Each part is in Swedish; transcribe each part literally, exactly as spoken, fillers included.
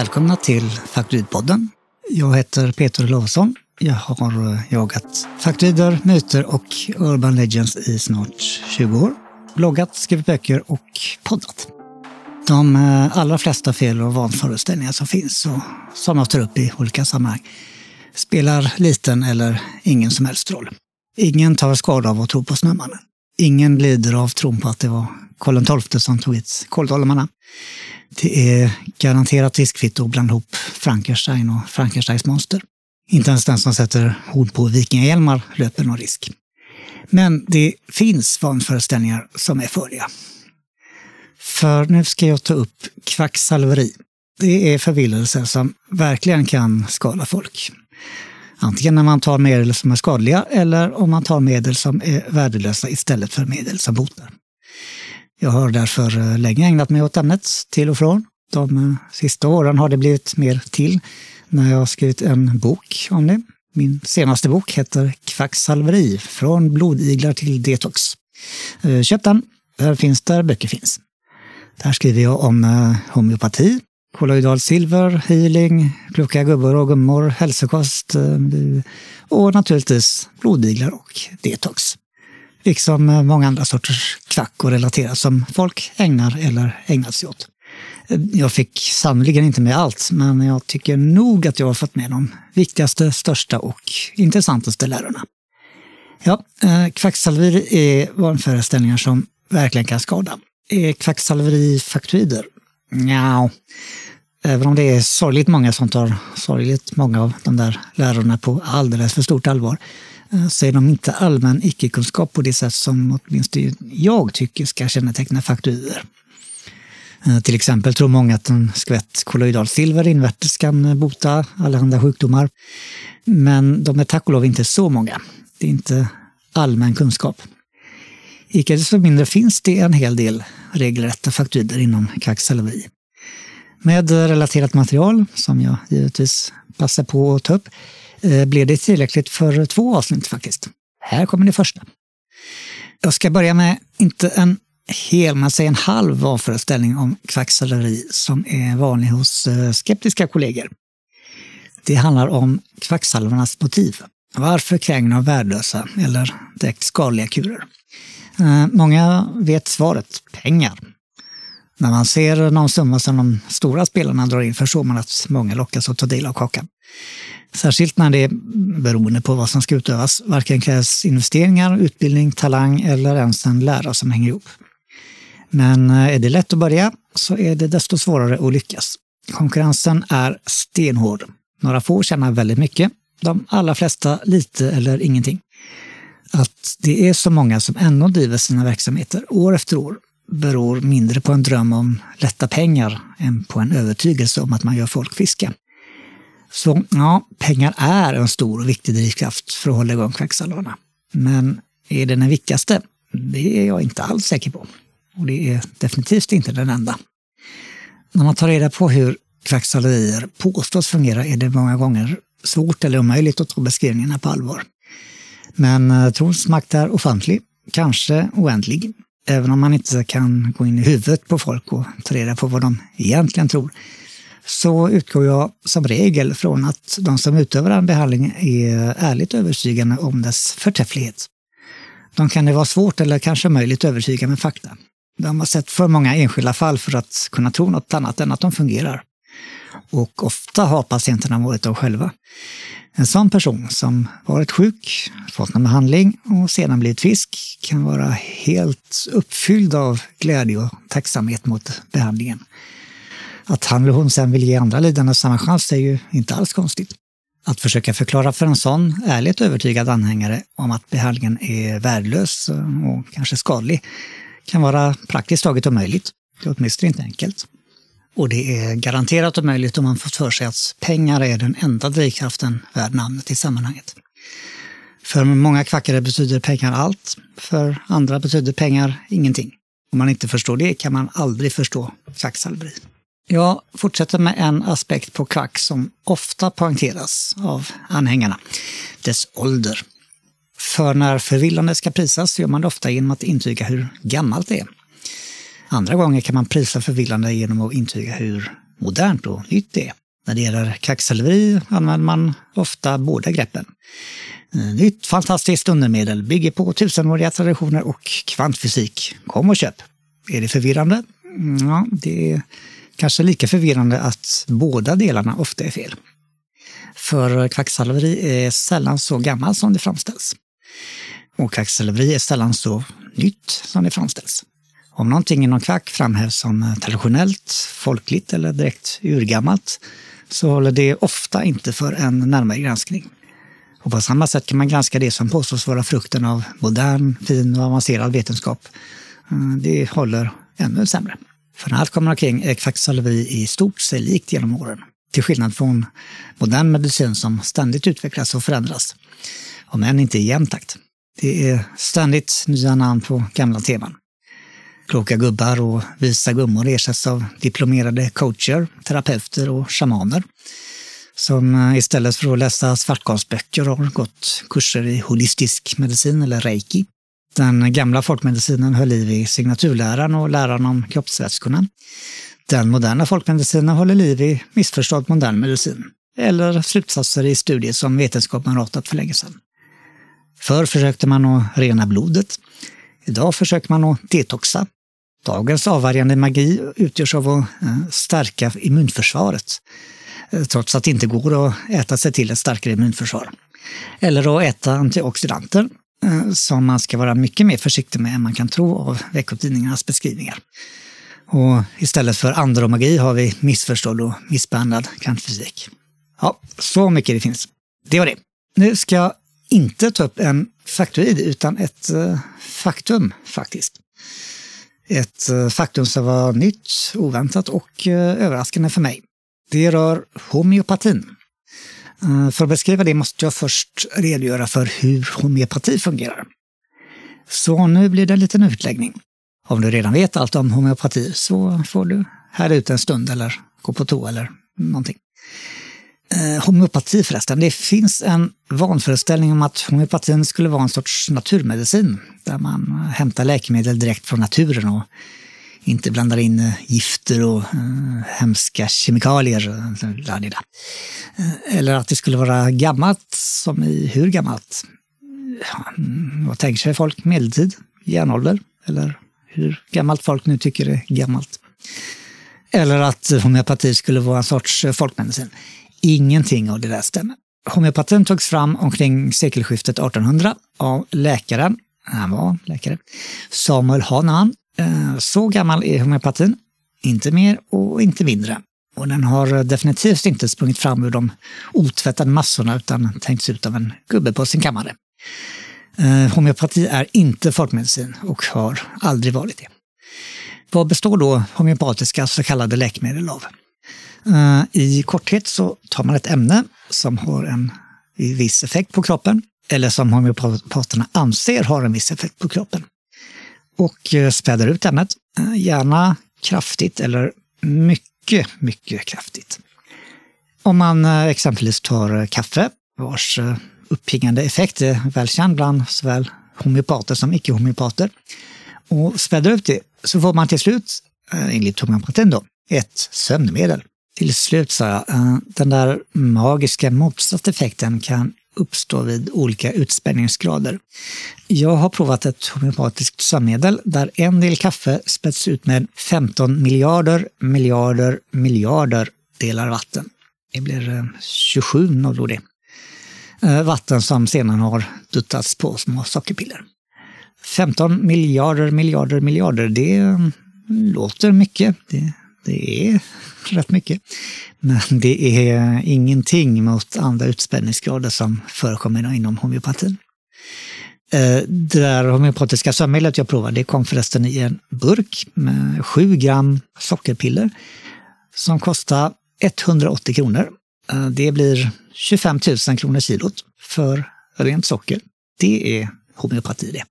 Välkomna till Faktoidpodden. Jag heter Peter Lovsson. Jag har jagat faktoider, myter och urban legends i snart tjugo år. Bloggat, skrivit böcker och poddat. De allra flesta fel och vanföreställningar som finns och som jag tar upp i olika sammanhang spelar liten eller ingen som helst roll. Ingen tar skada av att tro på Snömannen. Ingen lider av tron på att det var Karl tolfte som tog hit kåldolmarna. Det är garanterat riskfritt att blanda ihop Frankenstein och Frankensteins monster. Inte ens den som sätter ord på vikingahjälmar löper någon risk. Men det finns vanföreställningar som är farliga. För nu ska jag ta upp kvacksalveri. Det är förvillelser som verkligen kan skada folk. Antingen när man tar medel som är skadliga eller om man tar medel som är värdelösa istället för medel som botar. Jag har därför länge ägnat mig åt ämnet till och från. De sista åren har det blivit mer till när jag har skrivit en bok om det. Min senaste bok heter Kvacksalveri, från blodiglar till detox. Köp den, där finns där böcker finns. Där skriver jag om homeopati, kolloidal silver, healing, kloka gubbar och gummor, hälsokost och naturligtvis blodiglar och detox. Liksom många andra sorters kvack och relaterat som folk ägnar eller ägnat sig åt. Jag fick sannoliken inte med allt, men jag tycker nog att jag har fått med de viktigaste, största och intressantaste lärarna. Ja, kvacksalveri är vanföreställningar som verkligen kan skada. Är kvacksalveri faktoider? Ja, även om det är sorgligt många som tar sorgligt många av de där lärarna på alldeles för stort allvar, så är de inte allmän icke-kunskap på det sätt som åtminstone jag tycker ska känneteckna faktoider. Till exempel tror många att en skvätt kolloidal silver invärtes kan bota allehanda sjukdomar. Men de är tack och lov inte så många. Det är inte allmän kunskap. Icke så mindre finns det en hel del regelrätta faktoider inom kvacksalveri. Med relaterat material, som jag givetvis passar på att ta upp, blev det tillräckligt för två avsnitt faktiskt. Här kommer det första. Jag ska börja med inte en hel, men säg en halv vanföreställning om kvacksalveri som är vanlig hos skeptiska kollegor. Det handlar om kvacksalvarnas motiv. Varför kränger de värdelösa eller direkt skadliga kurer? Många vet svaret, pengar. När man ser någon summa som de stora spelarna drar in förstår man att många lockas att ta del av kakan. Särskilt när det är beroende på vad som ska utövas. Varken krävs investeringar, utbildning, talang eller ens en lärare som hänger ihop. Men är det lätt att börja så är det desto svårare att lyckas. Konkurrensen är stenhård. Några få tjänar väldigt mycket. De allra flesta lite eller ingenting. Att det är så många som ändå driver sina verksamheter år efter år beror mindre på en dröm om lätta pengar än på en övertygelse om att man gör folk friska. Så ja, pengar är en stor och viktig drivkraft för att hålla igång kvacksalvarna. Men är det den viktigaste? Det är jag inte alls säker på. Och det är definitivt inte den enda. När man tar reda på hur kvacksalverier påstås fungera är det många gånger svårt eller omöjligt att ta beskrivningarna på allvar. Men trons makt är ofantlig, kanske oändlig. Även om man inte kan gå in i huvudet på folk och ta reda på vad de egentligen tror, så utgår jag som regel från att de som utövar en behandling är ärligt övertygande om dess förträfflighet. De kan det vara svårt eller kanske möjligt övertyga med fakta. De har sett för många enskilda fall för att kunna tro något annat än att de fungerar. Och ofta har patienterna varit de själva. En sån person som varit sjuk, fått en behandling och sedan blivit frisk kan vara helt uppfylld av glädje och tacksamhet mot behandlingen. Att han eller hon sen vill ge andra lidande samma chans är ju inte alls konstigt. Att försöka förklara för en sån ärligt övertygad anhängare om att behandlingen är värdelös och kanske skadlig kan vara praktiskt taget omöjligt. Det är åtminstone inte enkelt. Och det är garanterat omöjligt om man fått för sig att pengar är den enda drivkraften värd namnet i sammanhanget. För många kvackare betyder pengar allt, för andra betyder pengar ingenting. Om man inte förstår det kan man aldrig förstå kvacksalveri. Jag fortsätter med en aspekt på kvack som ofta poängteras av anhängarna, dess ålder. För när förvillande ska prisas gör man det ofta genom att intyga hur gammalt det är. Andra gånger kan man prisa förvillande genom att intyga hur modernt och nytt det är. När det gäller kvacksalveri använder man ofta båda greppen. Nytt fantastiskt undermedel bygger på tusenåriga traditioner och kvantfysik. Kom och köp. Är det förvirrande? Ja, det är kanske lika förvirrande att båda delarna ofta är fel. För kvacksalveri är sällan så gammalt som det framställs. Och kvacksalveri är sällan så nytt som det framställs. Om någonting inom kvack framhävs som traditionellt, folkligt eller direkt urgammalt så håller det ofta inte för en närmare granskning. Och på samma sätt kan man granska det som påstås vara frukten av modern, fin och avancerad vetenskap. Det håller ännu sämre. För när allt kommer omkring är kvacksalveri i stort sig likt genom åren. Till skillnad från modern medicin som ständigt utvecklas och förändras. Om än inte i jämn takt. Det är ständigt nya namn på gamla teman. Kloka gubbar och visa gummor ersätts av diplomerade coacher, terapeuter och shamaner. Som istället för att läsa svartkonstböcker har gått kurser i holistisk medicin eller reiki. Den gamla folkmedicinen höll liv i signaturläran och läran om kroppsvätskorna. Den moderna folkmedicinen håller liv i missförstådd modern medicin. Eller slutsatser i studier som vetenskapen ratat för länge sedan. Förr försökte man att rena blodet. Idag försöker man att detoxa. Dagens avvärjande magi utgörs av att stärka immunförsvaret. Trots att det inte går att äta sig till ett starkare immunförsvar. Eller att äta antioxidanter som man ska vara mycket mer försiktig med än man kan tro av veckotidningarnas beskrivningar. Och istället för andromagi har vi missförstådd och missbehandlad kvantfysik. Ja, så mycket det finns. Det var det. Nu ska jag inte ta upp en faktoid utan ett uh, faktum faktiskt. Ett uh, faktum som var nytt, oväntat och uh, överraskande för mig. Det rör homeopatin. Uh, för att beskriva det måste jag först redogöra för hur homeopati fungerar. Så nu blir det en liten utläggning. Om du redan vet allt om homeopati så får du här ut en stund eller gå på tå eller någonting. Eh, homeopati förresten, det finns en vanföreställning om att homeopatin skulle vara en sorts naturmedicin där man hämtar läkemedel direkt från naturen och inte blandar in gifter och eh, hemska kemikalier. Eh, eller att det skulle vara gammalt, som i hur gammalt? Ja, vad tänker sig folk? Medeltid? Järnålder? Eller hur gammalt folk nu tycker är gammalt? Eller att homeopati skulle vara en sorts folkmedicin. Ingenting av det där stämmer. Homeopatin togs fram omkring sekelskiftet artonhundra av läkaren, han var läkare, Samuel Hahnemann. Så gammal är homeopatin, inte mer och inte mindre. Och den har definitivt inte sprungit fram ur de otvättade massorna utan tänkts ut av en gubbe på sin kammare. Homeopati är inte folkmedicin och har aldrig varit det. Vad består då homeopatiska så kallade läkemedel av? I korthet så tar man ett ämne som har en viss effekt på kroppen eller som homeopaterna anser har en viss effekt på kroppen och späder ut ämnet, gärna kraftigt eller mycket, mycket kraftigt. Om man exempelvis tar kaffe, vars uppiggande effekt är välkänd bland såväl homeopater som icke-homeopater, och späder ut det så får man till slut, enligt homeopatin då, ett sömnmedel. Till slut sa jag, den där magiska motsatseffekten kan uppstå vid olika utspänningsgrader. Jag har provat ett homeopatiskt sömnmedel där en del kaffe späds ut med femton miljarder, miljarder, miljarder delar vatten. Det blir tjugosju nollor det. Vatten som sedan har duttats på små sockerpiller. femton miljarder, miljarder, miljarder, det låter mycket. Det, det är rätt mycket. Men det är ingenting mot andra utspänningsgrader som förekommer inom homeopatin. Det där homeopatiska sömnmedlet jag provade, det kom förresten i en burk med sju gram sockerpiller som kostar etthundraåttio kronor. Det blir tjugofem tusen kronor kilot för rent socker. Det är homeopati det.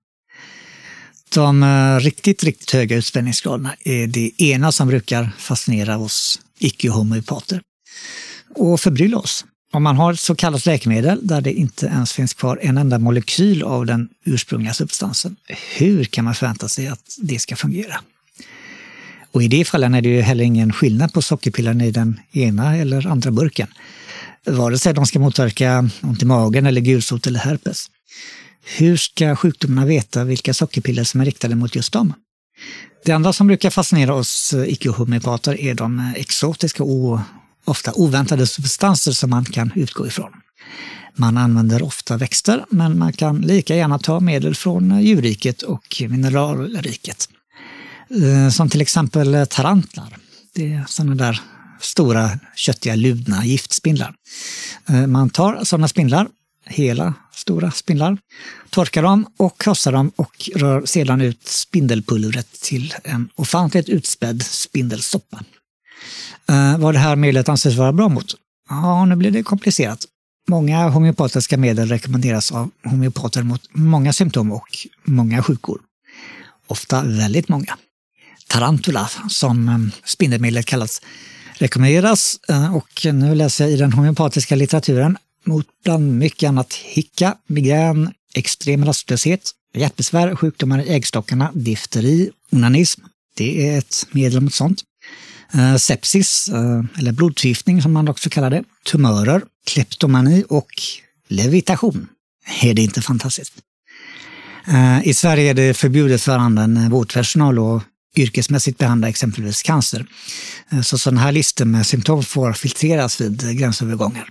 De riktigt, riktigt höga utspänningsgraderna är det ena som brukar fascinera oss icke-homeopater och förbrylla oss. Om man har ett så kallat läkemedel där det inte ens finns kvar en enda molekyl av den ursprungliga substansen, hur kan man förvänta sig att det ska fungera? Och i det fallen är det ju heller ingen skillnad på sockerpillerna i den ena eller andra burken. Vare sig de ska motverka ont i magen eller gulsot eller herpes. Hur ska sjukdomarna veta vilka sockerpiller som är riktade mot just dem? Det andra som brukar fascinera oss icke-homeopater är de exotiska och ofta oväntade substanser som man kan utgå ifrån. Man använder ofta växter, men man kan lika gärna ta medel från djurriket och mineralriket. Som till exempel tarantlar. Det är sådana där stora, köttiga, ludna giftspindlar. Man tar sådana spindlar, hela stora spindlar, torkar dem och krossar dem och rör sedan ut spindelpulvret till en ofantligt utspädd spindelsoppa. Vad det här medlet anses vara bra mot? Ja, nu blir det komplicerat. Många homeopatiska medel rekommenderas av homeopater mot många symptom och många sjukor. Ofta väldigt många. Tarantula, som spindelmedlet kallas, rekommenderas, och nu läser jag i den homeopatiska litteraturen, mot bland mycket annat hicka, migrän, extrem rastlöshet, hjärtbesvär, sjukdomar i äggstockarna, difteri, onanism. Det är ett medel mot sånt. Uh, sepsis, uh, eller blodförgiftning som man också kallar det, tumörer, kleptomani och levitation. Är det inte fantastiskt? Uh, I Sverige är det förbjudet för annan vårdpersonal och yrkesmässigt behandla exempelvis cancer. Uh, så sådana här listor med symptom får filtreras vid gränsövergångar.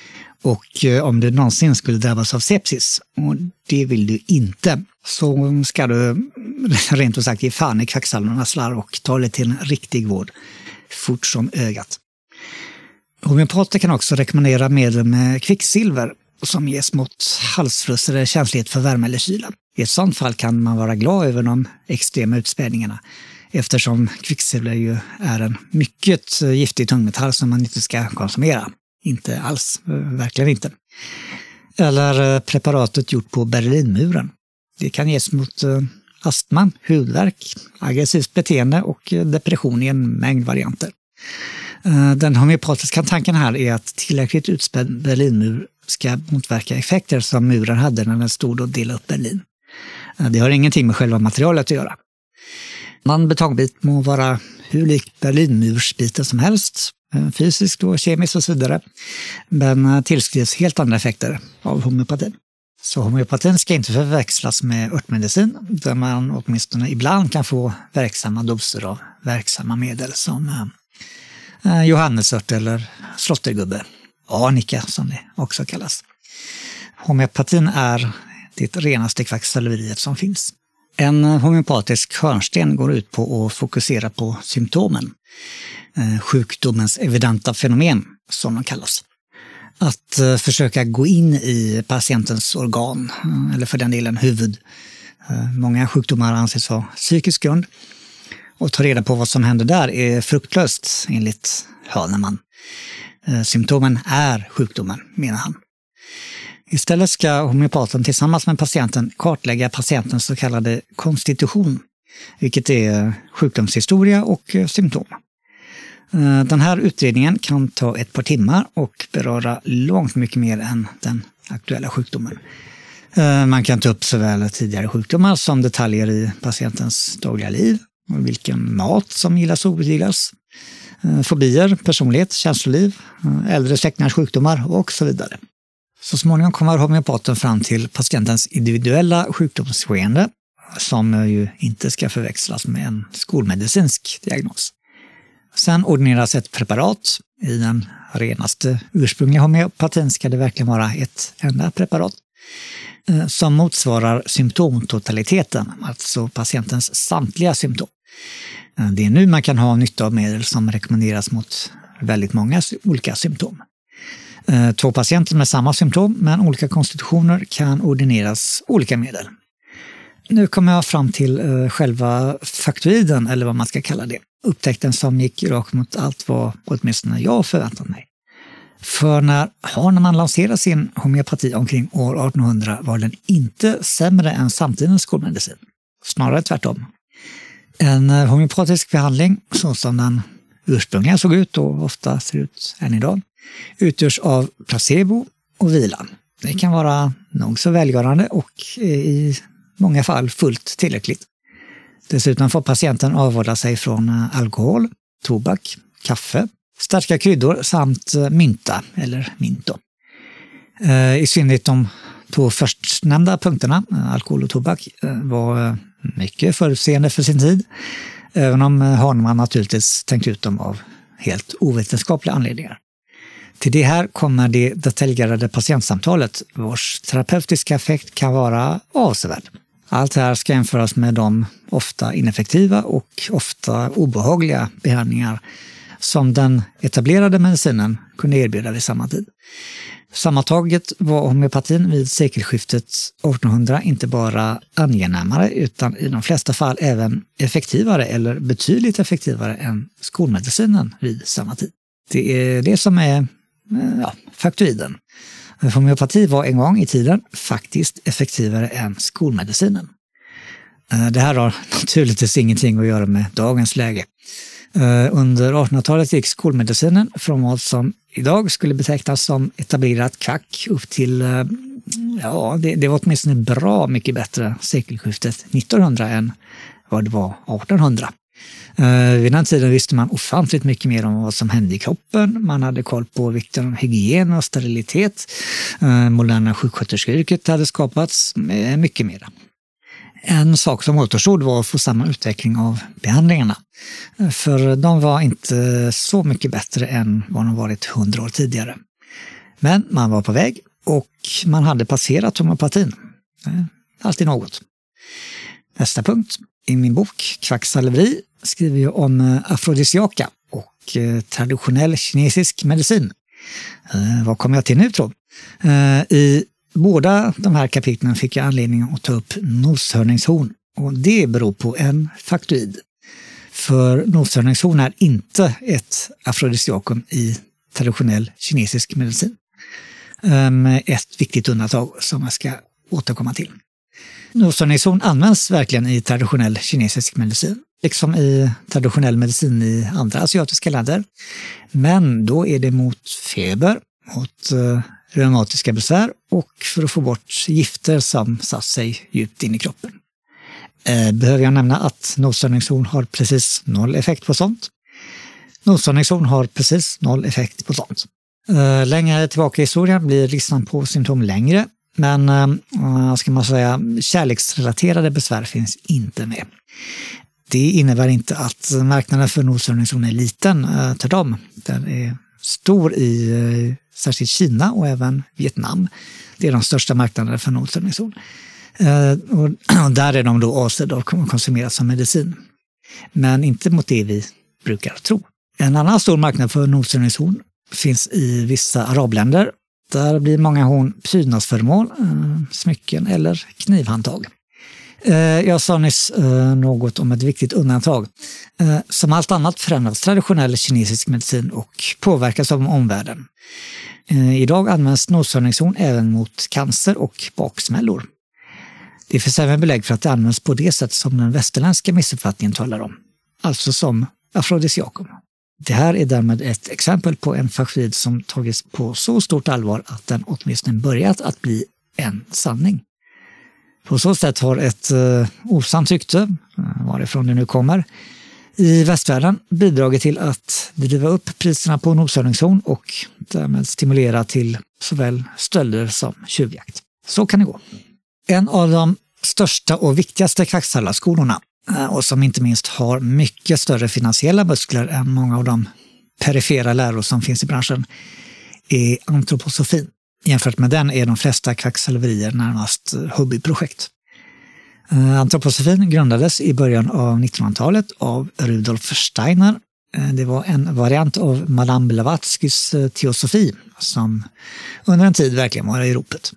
Och uh, om du någonsin skulle drabbas av sepsis, och det vill du inte, så ska du rent och sagt ge fan i kvacksalvornas larv och ta det till en riktig vård fort som ögat. Homeopater kan också rekommendera medel med kvicksilver som ges mot halsfluss eller känslighet för värme eller kyla. I ett sådant fall kan man vara glad över de extrema utspädningarna, eftersom kvicksilver ju är en mycket giftig tungmetall som man inte ska konsumera. Inte alls, verkligen inte. Eller preparatet gjort på Berlinmuren. Det kan ges mot astma, hudvärk, aggressivt beteende och depression i en mängd varianter. Den homeopatiska tanken här är att tillräckligt utspädd Berlinmur ska motverka effekter som muren hade när den stod och delade upp Berlin. Det har ingenting med själva materialet att göra. Man betongbit må vara hur lik Berlinmursbiten som helst, fysiskt och kemiskt och så vidare, men tillskrivs helt andra effekter av homeopatin. Så homeopatin ska inte förväxlas med örtmedicin, där man åtminstone ibland kan få verksamma doser av verksamma medel som eh, johannesört eller slottergubbe, arnika som det också kallas. Homeopatin är det renaste kvacksalveriet som finns. En homeopatisk hörnsten går ut på att fokusera på symptomen, eh, sjukdomens evidenta fenomen som de kallas. Att uh, försöka gå in i patientens organ, uh, eller för den delen huvud. Uh, många sjukdomar anses ha psykisk grund. Och ta reda på vad som händer där är fruktlöst enligt Hahnemann. Uh, symptomen är sjukdomen, menar han. Istället ska homeopaten tillsammans med patienten kartlägga patientens så kallade konstitution, vilket är sjukdomshistoria och uh, symptom. Den här utredningen kan ta ett par timmar och beröra långt mycket mer än den aktuella sjukdomen. Man kan ta upp såväl tidigare sjukdomar som detaljer i patientens dagliga liv, vilken mat som gillas och ogillas, fobier, personlighet, känsloliv, äldre släktingars sjukdomar och så vidare. Så småningom kommer homeopaten fram till patientens individuella sjukdomsskeende, som ju inte ska förväxlas med en skolmedicinsk diagnos. Sen ordineras ett preparat. I den renaste ursprungliga homeopatin ska det verkligen vara ett enda preparat som motsvarar symptomtotaliteten, alltså patientens samtliga symptom. Det är nu man kan ha nytta av medel som rekommenderas mot väldigt många olika symptom. Två patienter med samma symptom men olika konstitutioner kan ordineras olika medel. Nu kommer jag fram till själva faktoiden, eller vad man ska kalla det. Upptäckten som gick rakt mot allt vad åtminstone jag förväntat mig. För när Hahnemann lanserade sin homeopati omkring år artonhundra var den inte sämre än samtidens skolmedicin. Snarare tvärtom. En homeopatisk behandling, så som den ursprungligen såg ut och ofta ser ut än idag, utgörs av placebo och vila. Det kan vara nog så välgörande och i många fall fullt tillräckligt. Dessutom får patienten avhålla sig från alkohol, tobak, kaffe, starka kryddor samt mynta eller minto. I synnerhet de två förstnämnda punkterna, alkohol och tobak, var mycket förutseende för sin tid, även om Hahnemann naturligtvis tänkt ut dem av helt ovetenskapliga anledningar. Till det här kommer det detaljerade patientsamtalet, vars terapeutiska effekt kan vara avsevärd. Allt det här ska jämföras med de ofta ineffektiva och ofta obehagliga behandlingar som den etablerade medicinen kunde erbjuda vid samma tid. Sammantaget var homeopatin vid sekelskiftet artonhundra inte bara angenämare utan i de flesta fall även effektivare eller betydligt effektivare än skolmedicinen vid samma tid. Det är det som är ja, faktoiden. Homeopati var en gång i tiden faktiskt effektivare än skolmedicinen. Det här har naturligtvis ingenting att göra med dagens läge. Under artonhundratalet gick skolmedicinen från vad som idag skulle betecknas som etablerat kvack upp till, ja, det, det var åtminstone bra mycket bättre sekelskiftet nittonhundra än vad det var artonhundra. Vid den tiden visste man ofantligt mycket mer om vad som hände i kroppen. Man hade koll på vikten av hygien och sterilitet. Moderna sjuksköterskeyrket hade skapats, mycket mer. En sak som återstod var att få samma utveckling av behandlingarna. För de var inte så mycket bättre än vad de varit hundra år tidigare. Men man var på väg och man hade passerat homeopatin. Alltid något. Nästa punkt. I min bok Kvacksalveri skriver jag om afrodisiaka och traditionell kinesisk medicin. Vad kommer jag till nu tror? I båda de här kapitlen fick jag anledning att ta upp noshörningshorn och det beror på en faktoid. För noshörningshorn är inte ett afrodisiakum i traditionell kinesisk medicin. Ett viktigt undantag som jag ska återkomma till. Noshörningshorn används verkligen i traditionell kinesisk medicin, liksom i traditionell medicin i andra asiatiska länder. Men då är det mot feber, mot uh, reumatiska besvär och för att få bort gifter som satt sig djupt in i kroppen. Uh, behöver jag nämna att noshörningshorn har precis noll effekt på sånt. Noshörningshorn har precis noll effekt på sånt. Uh, längre tillbaka i historien blir listan på symptom längre. Men äh, ska man säga, kärleksrelaterade besvär finns inte med. Det innebär inte att marknaden för noshörningshorn är liten, äh, tvärtom. Den är stor i äh, särskilt Kina och även Vietnam. Det är de största marknaderna för noshörningshorn. Äh, och, och där är de då avsedda och konsumeras som medicin. Men inte mot det vi brukar tro. En annan stor marknad för noshörningshorn finns i vissa arabländer. Där blir många horn prydnadsföremål, smycken eller knivhandtag. Jag sa nyss något om ett viktigt undantag. Som allt annat förändras traditionell kinesisk medicin och påverkas av omvärlden. Idag används noshörningshorn även mot cancer och baksmällor. Det finns även belägg för att det används på det sätt som den västerländska missuppfattningen talar om. Alltså som afrodisiakum. Det här är därmed ett exempel på en faktoid som tagits på så stort allvar att den åtminstone börjat att bli en sanning. På så sätt har ett eh, osant rykte, varifrån det nu kommer, i västvärlden bidragit till att driva upp priserna på noshörningshorn och därmed stimulera till såväl stölder som tjuvjakt. Så kan det gå. En av de största och viktigaste kvacksalvarskolorna och som inte minst har mycket större finansiella muskler än många av de perifera läror som finns i branschen är antroposofin. Jämfört med den är de flesta kvacksalverier närmast hobbyprojekt. Antroposofin grundades i början av nittonhundratalet av Rudolf Steiner. Det var en variant av Madame Blavatskys teosofi som under en tid verkligen var i ropet.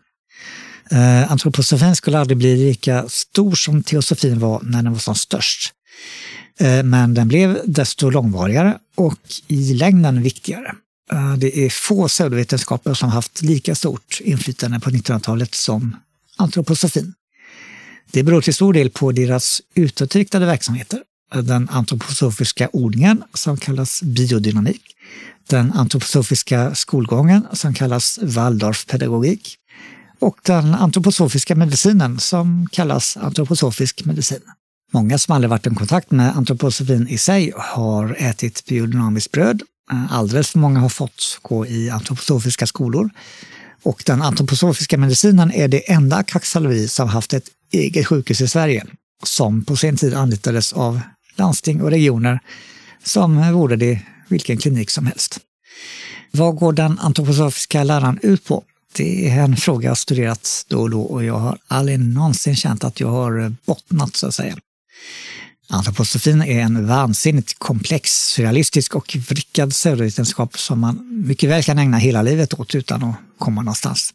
Uh, antroposofin skulle aldrig bli lika stor som teosofin var när den var som störst. Uh, men den blev desto långvarigare och i längden viktigare. Uh, det är få pseudovetenskaper som haft lika stort inflytande på nittonhundratalet som antroposofin. Det beror till stor del på deras utåtriktade verksamheter. Den antroposofiska odlingen som kallas biodynamik. Den antroposofiska skolgången som kallas Waldorfpedagogik. Och den antroposofiska medicinen som kallas antroposofisk medicin. Många som aldrig varit i kontakt med antroposofin i sig har ätit biodynamiskt bröd. Alldeles för många har fått gå i antroposofiska skolor. Och den antroposofiska medicinen är det enda kvacksalveri som haft ett eget sjukhus i Sverige, som på sin tid anlitades av landsting och regioner som vore det vilken klinik som helst. Vad går den antroposofiska läran ut på? Det är en fråga jag studerat då och då och jag har aldrig någonsin känt att jag har bottnat, så att säga. Antroposofin är en vansinnigt komplex, surrealistisk och vrickad pseudovetenskap som man mycket väl kan ägna hela livet åt utan att komma någonstans.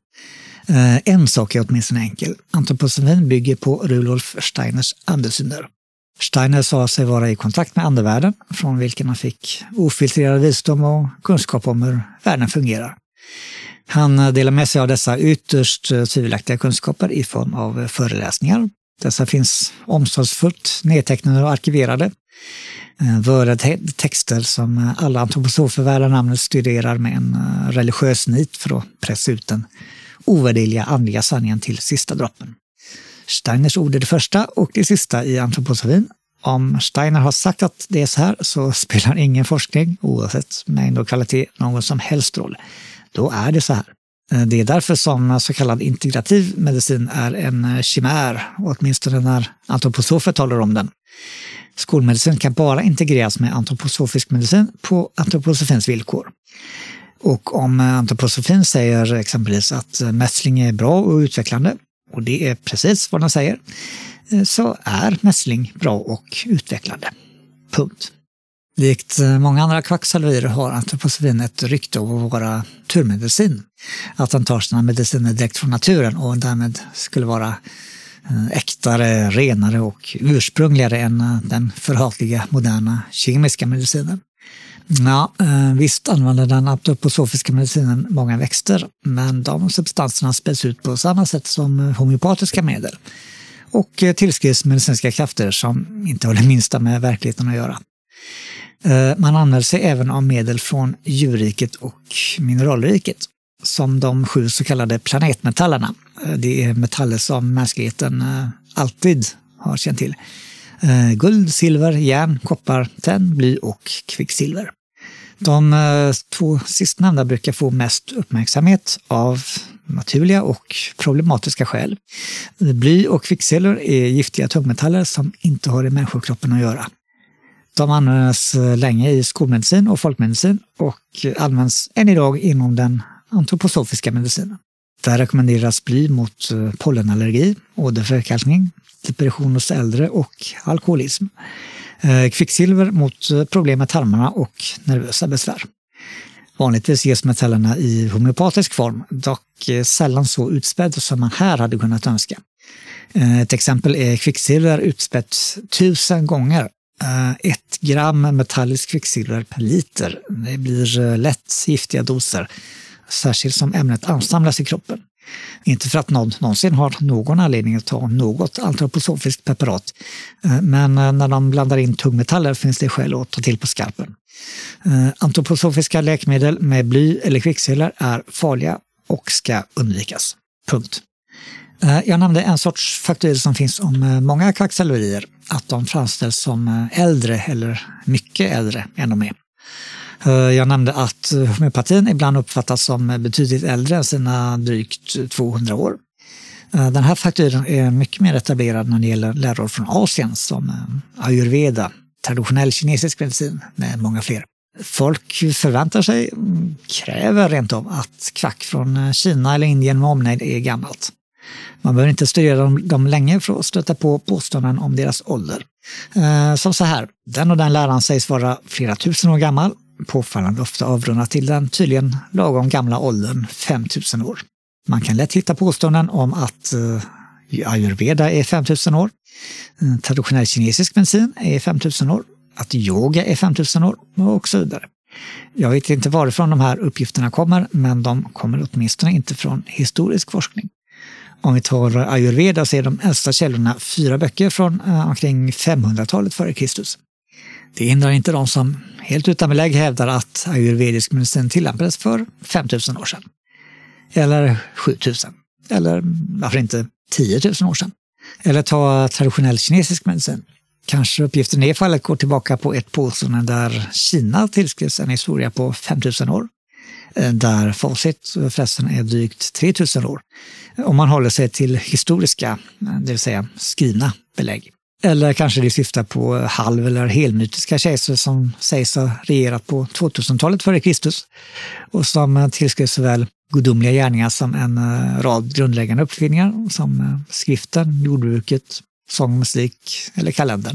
En sak är åtminstone enkel. Antroposofin bygger på Rudolf Steiners andesynder. Steiner sa sig vara i kontakt med andevärlden, från vilken han fick ofiltrerad visdom och kunskap om hur världen fungerar. Han delar med sig av dessa ytterst tvivelaktiga kunskaper i form av föreläsningar. Dessa finns omsorgsfullt nedtecknade och arkiverade. Vörade texter som alla antroposofer värda namnet studerar med en religiös nit för att pressa ut den ovärderliga andliga sanningen till sista droppen. Steiners ord är det första och det sista i antroposofin. Om Steiner har sagt att det är så här så spelar ingen forskning, oavsett mängd och kvalitet, någon som helst roll. Då är det så här. Det är därför som så kallad integrativ medicin är en chimär, åtminstone när antroposofer talar om den. Skolmedicin kan bara integreras med antroposofisk medicin på antroposofins villkor. Och om antroposofin säger exempelvis att mässling är bra och utvecklande, och det är precis vad den säger, så är mässling bra och utvecklande. Punkt. Likt många andra kvacksalverier har antroposofin ett rykte av att vara turmedicin. Att den tar sina mediciner direkt från naturen och därmed skulle vara äktare, renare och ursprungligare än den förhatliga moderna kemiska medicinen. Ja, visst använder den antroposofiska medicinen många växter, men de substanserna späds ut på samma sätt som homeopatiska medel och tillskrivs medicinska krafter som inte har det minsta med verkligheten att göra. Man använder sig även av medel från djurriket och mineralriket, som de sju så kallade planetmetallerna. Det är metaller som mänskligheten alltid har känt till. Guld, silver, järn, koppar, tenn, bly och kvicksilver. De två sistnämnda brukar få mest uppmärksamhet av naturliga och problematiska skäl. Bly och kvicksilver är giftiga tungmetaller som inte har i människokroppen att göra. De används länge i skolmedicin och folkmedicin och används än idag inom den antroposofiska medicinen. Där rekommenderas bly mot pollenallergi, åderförkalkning, depression hos äldre och alkoholism. Kvicksilver mot problem med tarmarna och nervösa besvär. Vanligtvis ges metallerna i homeopatisk form, dock sällan så utspädd som man här hade kunnat önska. Ett exempel är kvicksilver utspätt tusen gånger. Ett gram metallisk kvicksilver per liter. Det blir lätt giftiga doser, särskilt som ämnet ansamlas i kroppen. Inte för att någon någonsin har någon anledning att ta något antroposofiskt preparat, men när de blandar in tungmetaller finns det skäl att ta till på skarpen. Antroposofiska läkemedel med bly eller kvicksilver är farliga och ska undvikas. Punkt. Jag nämnde en sorts faktorer som finns om många kvacksalverier, att de framställs som äldre eller mycket äldre än de är. Jag nämnde att homeopatin ibland uppfattas som betydligt äldre än sina drygt tvåhundra år. Den här faktoren är mycket mer etablerad när det gäller läror från Asien som ayurveda, traditionell kinesisk medicin med många fler. Folk förväntar sig, kräver rent av, att kvack från Kina eller Indien med omnejd är gammalt. Man behöver inte studera dem, dem länge för att stöta på påståenden om deras ålder. Eh, som så här, den och den läran sägs vara flera tusen år gammal, påfallande ofta avrundat till den tydligen lagom gamla åldern fem tusen år. Man kan lätt hitta påståenden om att eh, ayurveda är fem tusen år, eh, traditionell kinesisk medicin är fem tusen år, att yoga är fem tusen år och så vidare. Jag vet inte varifrån de här uppgifterna kommer, men de kommer åtminstone inte från historisk forskning. Om vi tar ayurveda så är de äldsta källorna fyra böcker från eh, omkring femhundratalet före Kristus. Det hindrar inte de som helt utan belägg hävdar att ayurvedisk medicin tillämpades för fem tusen år sedan. Eller sju tusen. Eller varför inte tio tusen år sedan. Eller ta traditionell kinesisk medicin. Kanske uppgiften i det fallet går tillbaka på ett påstående där Kina tillskrivs en historia på fem tusen år. Där facit förresten är drygt tre tusen år. Om man håller sig till historiska, det vill säga skrivna belägg. Eller kanske det syftar på halv- eller helmytiska kejsare som sägs ha regerat på tvåtusentalet före Kristus och som tillskrivs såväl gudomliga gärningar som en rad grundläggande uppfinningar som skriften, jordbruket, sång, musik eller kalendern.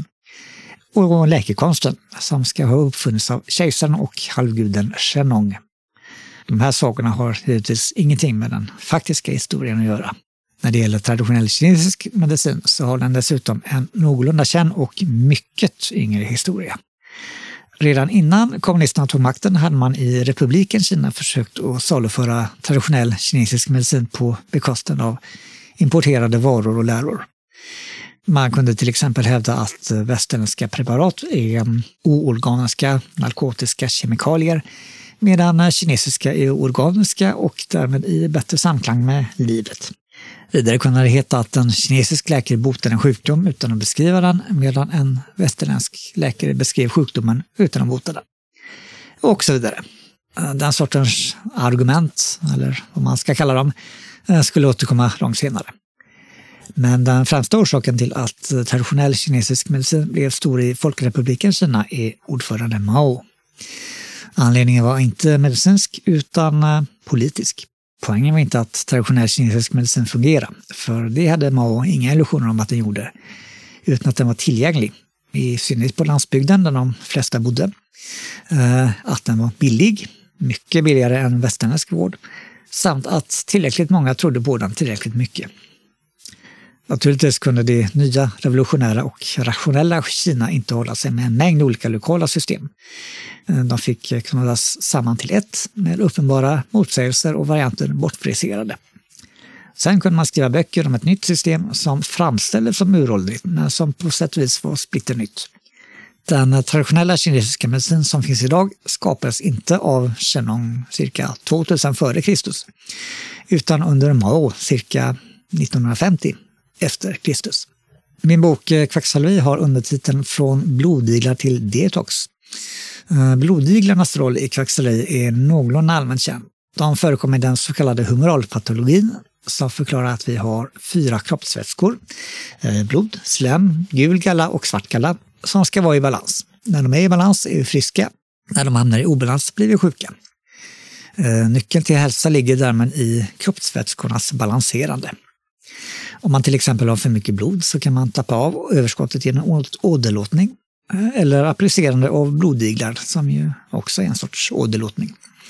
Och läkekonsten som ska ha uppfunnits av kejsaren och halvguden Shennong. De här sakerna har givetvis ingenting med den faktiska historien att göra. När det gäller traditionell kinesisk medicin så har den dessutom en någorlunda känd och mycket yngre historia. Redan innan kommunisterna tog makten hade man i republiken Kina försökt att saluföra traditionell kinesisk medicin på bekostnad av importerade varor och läror. Man kunde till exempel hävda att västerländska preparat är oorganiska narkotiska kemikalier medan kinesiska är organiska och därmed i bättre samklang med livet. Vidare kunde det heta att en kinesisk läkare botar en sjukdom utan att beskriva den medan en västerländsk läkare beskrev sjukdomen utan att bota den. Och så vidare. Den sortens argument, eller vad man ska kalla dem, skulle återkomma långt senare. Men den främsta orsaken till att traditionell kinesisk medicin blev stor i Folkrepubliken Kina är ordförande Mao. Anledningen var inte medicinsk utan politisk. Poängen var inte att traditionell kinesisk medicin fungerar, för det hade Mao inga illusioner om att den gjorde, utan att den var tillgänglig, i synnerhet på landsbygden där de flesta bodde. Att den var billig, mycket billigare än västerländsk vård, samt att tillräckligt många trodde på den tillräckligt mycket. Naturligtvis kunde det nya revolutionära och rationella Kina inte hålla sig med en mängd olika lokala system. De fick knallas samman till ett med uppenbara motsägelser och varianter bortfriserade. Sen kunde man skriva böcker om ett nytt system som framställdes som uråldrigt men som på sätt och vis var splitternytt. Den traditionella kinesiska medicin som finns idag skapades inte av Shennong cirka tvåtusen före Kristus utan under Mao cirka nittonhundrafemtio efter Kristus. Min bok Kvacksalveri har undertiteln Från blodiglar till detox. Blodiglarnas roll i kvacksalveri är någorlunda allmänt känd. De förekommer i den så kallade humoralpatologin som förklarar att vi har fyra kroppsvätskor, blod, slem, gul galla och svart galla, som ska vara i balans. När de är i balans är vi friska, när de hamnar i obalans blir vi sjuka. Nyckeln till hälsa ligger därmed i kroppsvätskornas balanserande. Om man till exempel har för mycket blod så kan man tappa av överskottet genom åderlåtning eller applicerande av blodiglar som ju också är en sorts åderlåtning.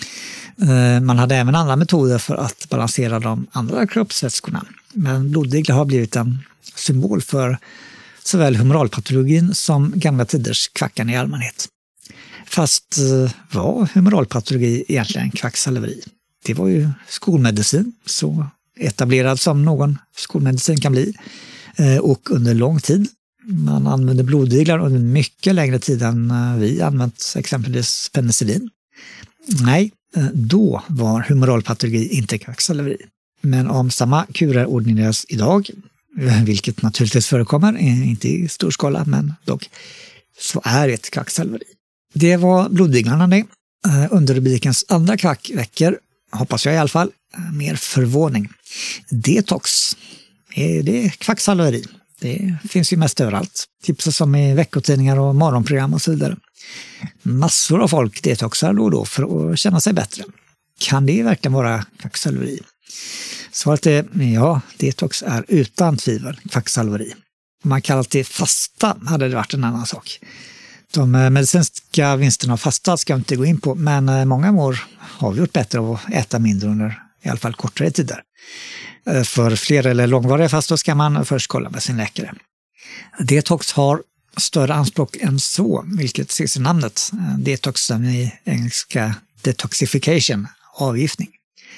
Man hade även andra metoder för att balansera de andra kroppsvätskorna, men blodiglar har blivit en symbol för såväl humoralpatologin som gamla tiders kvackan i allmänhet. Fast var humoralpatologi egentligen kvacksalveri? Det var ju skolmedicin, så etablerad som någon skolmedicin kan bli, och under lång tid. Man använde blodiglar under mycket längre tid än vi använt exempelvis penicillin. Nej, då var humoralpatologi inte kvacksalveri. Men om samma kurer ordineras idag, vilket naturligtvis förekommer, inte i stor skala men dock, så är det ett kvacksalveri. Det var blodiglarna det. Under rubrikens andra kvackveckor, hoppas jag i alla fall, mer förvåning. Detox, det är kvacksalveri. Det finns ju mest överallt. Tipsas som i veckotidningar och morgonprogram och så vidare. Massor av folk detoxar då och då för att känna sig bättre. Kan det verkligen vara kvacksalveri? Svaret är ja, detox är utan tvivel kvacksalveri. Om man kallat det fasta hade det varit en annan sak. De medicinska vinsterna av fasta ska jag inte gå in på, men många år har vi gjort bättre av att äta mindre under i alla fall kortare tider. För fler eller långvariga fastor ska man först kolla med sin läkare. Detox har större anspråk än så, vilket ses i namnet. Detoxen i engelska detoxification, avgiftning.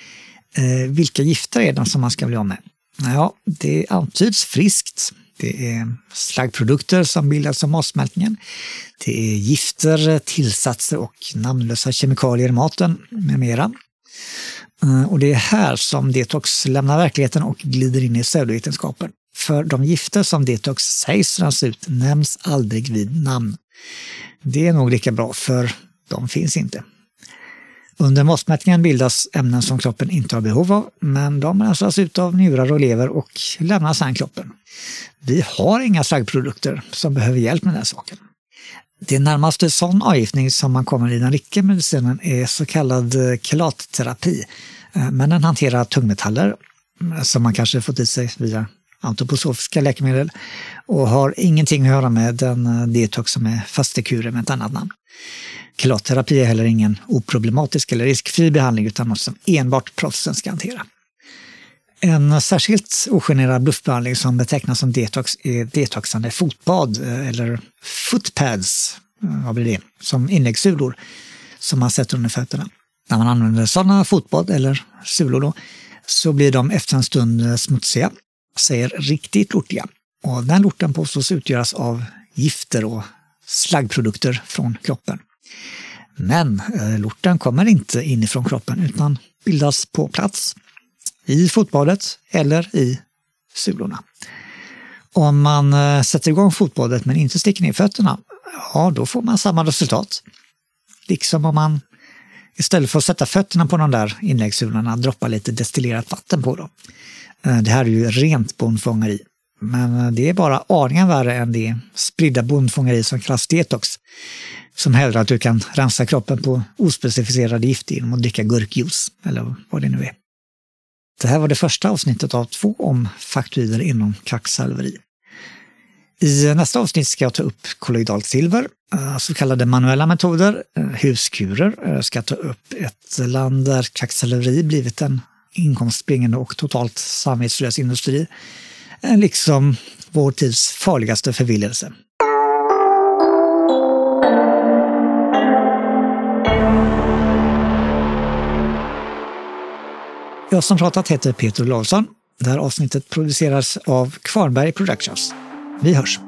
Vilka gifter är de som man ska bli av med? Ja, det antyds friskt. Det är slaggprodukter som bildas av matsmältningen. Det är gifter, tillsatser och namnlösa kemikalier i maten med mera. Och det är här som detox lämnar verkligheten och glider in i pseudovetenskapen. För de gifter som detox sägs rensa ut nämns aldrig vid namn. Det är nog lika bra, för de finns inte. Under måttmätningen bildas ämnen som kroppen inte har behov av, men de rensas ut av njurar och lever och lämnar sedan kroppen. Vi har inga slaggprodukter som behöver hjälp med den här saken. Det närmaste sån avgiftning som man kommer i den riktiga medicinen är så kallad kelatterapi. Men den hanterar tungmetaller som man kanske fått i sig via antroposofiska läkemedel och har ingenting att göra med den detox som är fastekuren med ett annat namn. Kelatterapi är heller ingen oproblematisk eller riskfri behandling utan något som enbart proffsen ska hantera. En särskilt ogenerad bluffbehandling som betecknas som detox är detoxande fotbad eller footpads, vad blir det, som inläggssulor som man sätter under fötterna. När man använder sådana fotbad eller sulor då, så blir de efter en stund smutsiga, säger riktigt lortiga. Och den lorten påstås utgöras av gifter och slaggprodukter från kroppen. Men eh, lorten kommer inte inifrån kroppen utan bildas på plats i fotbadet eller i sulorna. Om man eh, sätter igång fotbadet men inte sticker ner fötterna, ja då får man samma resultat. Liksom om man istället för att sätta fötterna på de där inläggssulorna droppar lite destillerat vatten på dem. Eh, det här är ju rent bondfångeri. Men det är bara aningen värre än det spridda bondfångeri som kallas detox, som hävdar att du kan rensa kroppen på ospecificerade gifter genom att dricka gurkjuice, eller vad det nu är. Det här var det första avsnittet av två om faktoider inom kvacksalveri. I nästa avsnitt ska jag ta upp kolloidalt silver, så kallade manuella metoder, huskurer. Jag ska ta upp ett land där kvacksalveri blivit en inkomstbringande och totalt samvetslös industri, liksom vår tids farligaste förvillelse. Jag som pratat heter Peter Lovsson. Det här avsnittet produceras av Kvarnberg Productions. Vi hörs!